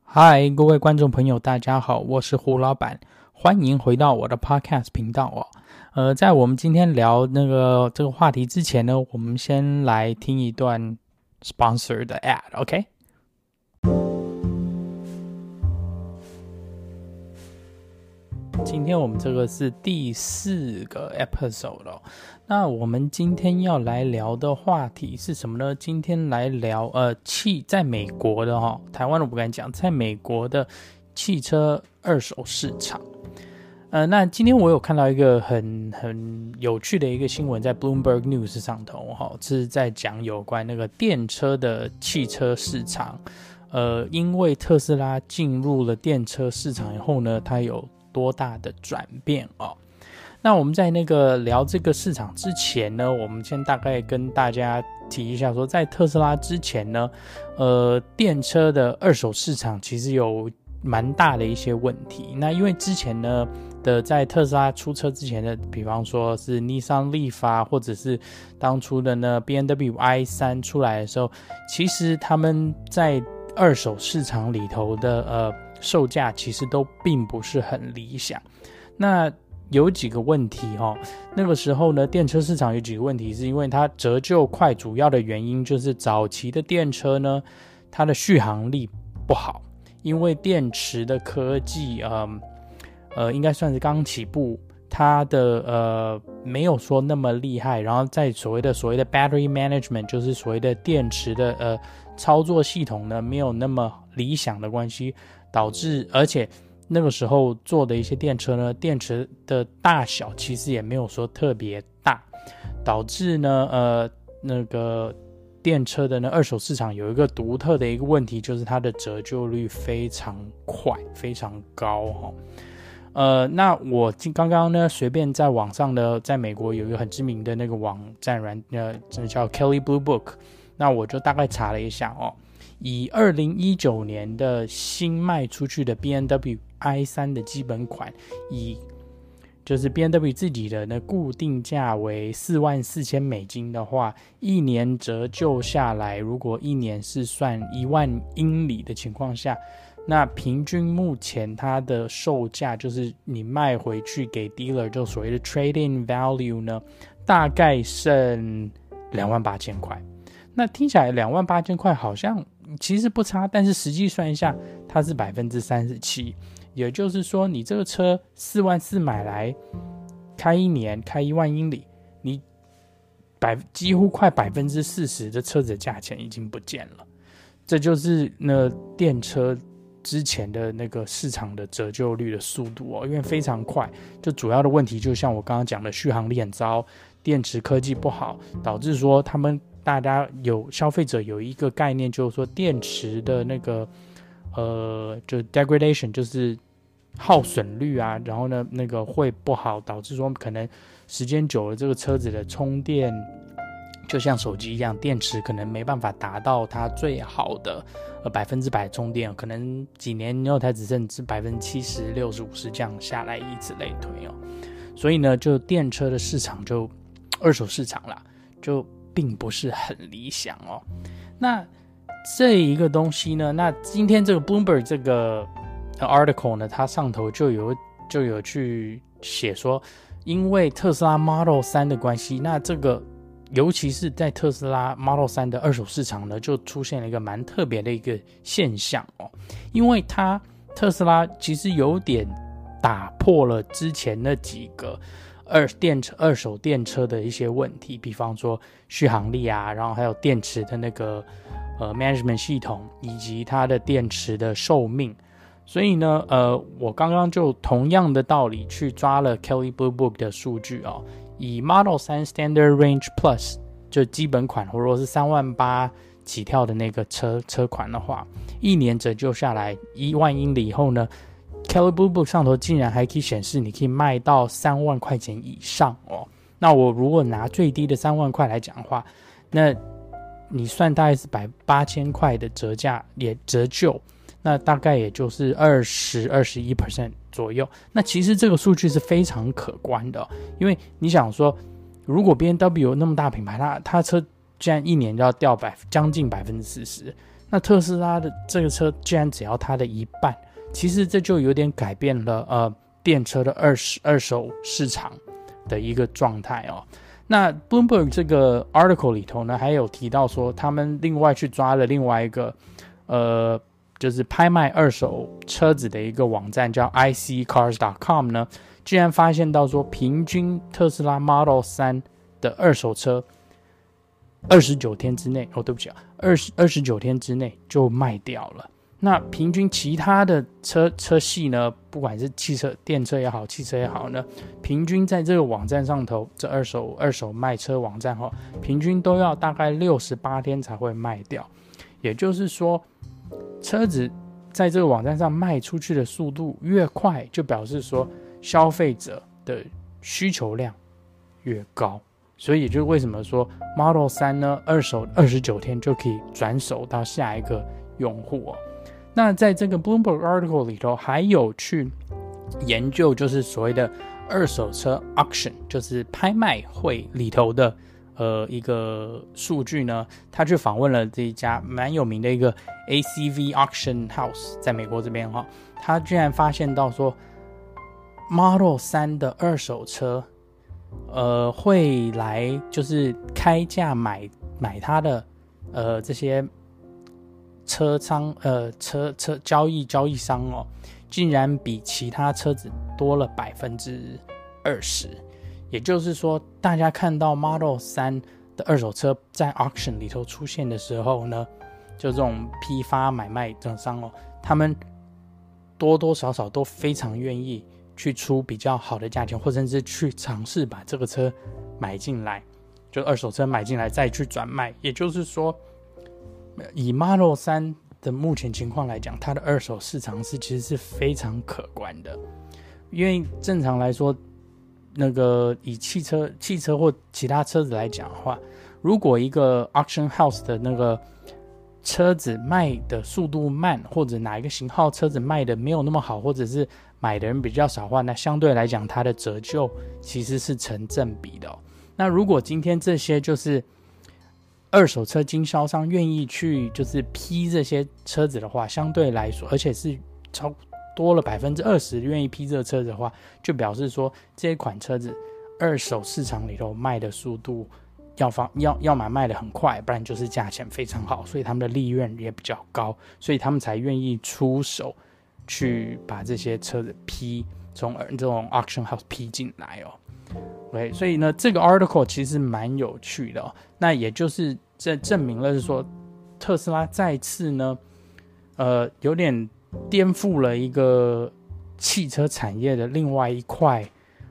嗨，各位观众朋友，大家好，我是胡老板，欢迎回到我的 podcast 频道哦。在我们今天聊这个话题之前呢，我们先来听一段 sponsor 的 ad，OK？今天我们这个是第4个 episode 哦。那我们今天要来聊的话题是什么呢？今天来聊在美国的台湾我不敢讲，在美国的汽车二手市场。那今天我有看到一个很有趣的一个新闻，在 Bloomberg News 上头是在讲有关那个电车的汽车市场。因为特斯拉进入了电车市场以后呢，它有多大的转变哦？那我们在聊这个市场之前呢，我们先大概跟大家提一下说，在特斯拉之前呢，电车的二手市场其实有蛮大的一些问题。那因为之前呢在特斯拉出车之前的，比方说是 Nissan Leaf 啊，或者是当初的呢 BMW i3 出来的时候，其实他们在二手市场里头的售价其实都并不是很理想。那有几个问题那个时候呢，电车市场有几个问题，是因为它折旧快，主要的原因就是早期的电车呢，它的续航力不好，因为电池的科技应该算是刚起步，它的没有说那么厉害，然后在所谓的 battery management， 就是所谓的电池的操作系统呢没有那么理想的关系，导致而且那个时候做的一些电车呢，电池的大小其实也没有说特别大，导致呢电车的二手市场有一个独特的一个问题，就是它的折旧率非常快，非常高那我刚刚呢随便在网上的，在美国有一个很知名的那个网站叫 Kelley Blue Book， 那我就大概查了一下以2019年的新卖出去的 BMW i3 的基本款，就是 BMW 自己的固定价为$44,000的话，一年折旧下来，如果一年是算1万英里的情况下，那平均目前它的售价，就是你卖回去给 dealer， 就所谓的 trade-in value 呢，大概剩28,000块。那听起来28,000块好像其实不差，但是实际算一下，它是 37%， 也就是说你这个车4万4买来开一年，开1万英里，你几乎快 40% 的车子的价钱已经不见了。这就是电车之前的市场的折旧率的速度因为非常快，就主要的问题就像我刚刚讲的，续航力很糟，电池科技不好，导致说大家消费者有一个概念，就是说电池的就 degradation， 就是耗损率啊，然后呢会不好，导致说可能时间久了，这个车子的充电就像手机一样，电池可能没办法达到它最好的100%充电，可能几年以后才只剩70%、60%、50%这样下来，以此类推所以呢，就电车的市场，就二手市场啦，就并不是很理想那这一个东西呢，那今天这个 Bloomberg 这个 article 呢，它上头就有去写说，因为特斯拉 Model 3的关系，那这个尤其是在特斯拉 Model 3的二手市场呢，就出现了一个蛮特别的一个现象因为特斯拉其实有点打破了之前那几个二手电车的一些问题，比方说续航力啊，然后还有电池的management 系统，以及它的电池的寿命。所以呢我刚刚就同样的道理去抓了 Kelley Blue Book 的数据以 Model 3 Standard Range Plus 就基本款，或者是3万8起跳的那个车款的话，一年折旧下来1万英里以后呢，Kelley Blue Book 上头竟然还可以显示你可以卖到3万块钱以上那我如果拿最低的3万块来讲的话，那你算大概是8,000块的折旧，那大概也就是21% 左右。那其实这个数据是非常可观的因为你想说，如果 BMW 有那么大品牌，它车竟然一年就要掉将近 40%， 那特斯拉的这个车既然只要它的一半，其实这就有点改变了电车的二手市场的一个状态哦。那 Bloomberg 这个 article 里头呢，还有提到说，他们另外去抓了另外一个就是拍卖二手车子的一个网站叫 iSeeCars.com 呢，居然发现到说，平均特斯拉 Model 3的二手车29天之内，29天之内就卖掉了。那平均其他的车系呢，不管是汽车、电车也好，汽车也好呢，平均在这个网站上头，这二手卖车网站哈，平均都要大概68天才会卖掉。也就是说，车子在这个网站上卖出去的速度越快，就表示说消费者的需求量越高。所以也就是为什么说 Model 3呢，二手29天就可以转手到下一个用户哦。那在这个 Bloomberg article 里头还有去研究，就是所谓的二手车 auction， 就是拍卖会里头的一个数据呢，他去访问了这一家蛮有名的一个 ACV Auction House， 在美国这边哈，他居然发现到说 Model 3的二手车会来就是开价买他的这些车商交易商哦，竟然比其他车子多了20%。也就是说，大家看到 Model 3的二手车在 auction 里头出现的时候呢，就这种批发买卖厂商哦，他们多多少少都非常愿意去出比较好的价钱，或者是去尝试把这个车买进来，就二手车买进来再去转卖。也就是说，以 Model 3的目前情况来讲，它的二手市场其实是非常可观的。因为正常来说，那个以汽车或其他车子来讲的话，如果一个 auction house 的那个车子卖的速度慢，或者哪一个型号车子卖的没有那么好，或者是买的人比较少的话，那相对来讲它的折旧其实是成正比的哦。那如果今天这些就是二手车经销商愿意去就是批这些车子的话，相对来说，而且是多了20%愿意批这个车子的话，就表示说这一款车子二手市场里头卖的速度要么卖得很快，不然就是价钱非常好，所以他们的利润也比较高，所以他们才愿意出手去把这些车子从这种 auction house 批进来哦。Okay， 所以呢，这个 article 其实蛮有趣的哦。那也就是这证明了是说，特斯拉再次呢，有点颠覆了一个汽车产业的另外一块，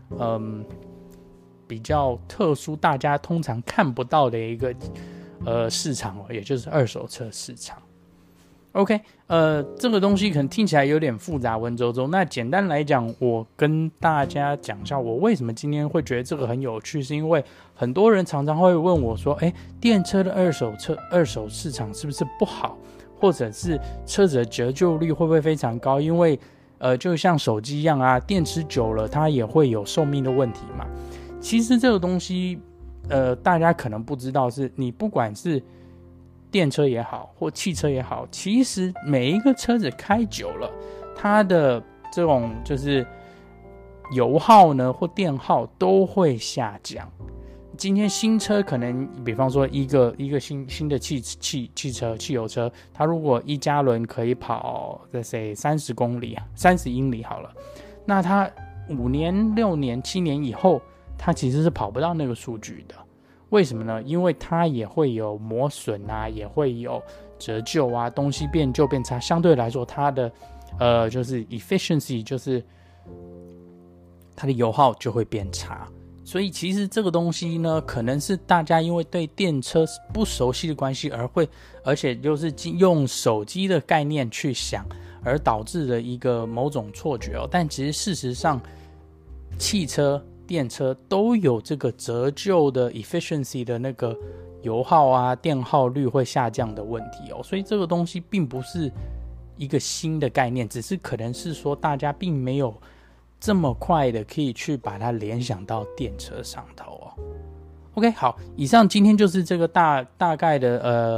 比较特殊，大家通常看不到的一个市场哦，也就是二手车市场。OK， 这个东西可能听起来有点复杂文绉绉。那简单来讲，我跟大家讲一下，我为什么今天会觉得这个很有趣，是因为很多人常常会问我说，电车的二手市场是不是不好，或者是车子的折旧率会不会非常高？因为就像手机一样啊，电池久了它也会有寿命的问题嘛。其实这个东西，大家可能不知道，是你不管是电车也好，或汽车也好，其实每一个车子开久了，它的这种就是油耗呢或电耗都会下降。今天新车可能，比方说一个新的汽油车，它如果1加仑可以跑30英里好了，那它5年、6年、7年以后，它其实是跑不到那个数据的。为什么呢？因为它也会有磨损啊，也会有折旧啊，东西变旧变差，相对来说它的就是 efficiency， 就是它的油耗就会变差。所以其实这个东西呢，可能是大家因为对电车不熟悉的关系，而且就是用手机的概念去想，而导致的一个某种错觉哦。但其实事实上，汽车电车都有这个折旧的 efficiency 的那个油耗啊、电耗率会下降的问题哦，所以这个东西并不是一个新的概念，只是可能是说大家并没有这么快的可以去把它联想到电车上头哦。OK， 好，以上今天就是这个大概的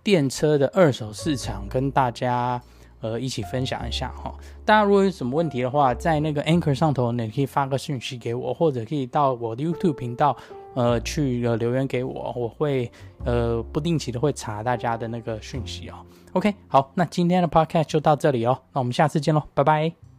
电车的二手市场跟大家一起分享一下哈。大家如果有什么问题的话，在那个 Anchor 上头呢，你可以发个讯息给我，或者可以到我的 YouTube 频道去留言给我，我会不定期的会查大家的那个讯息哦。OK， 好，那今天的 Podcast 就到这里哦，那我们下次见咯，拜拜。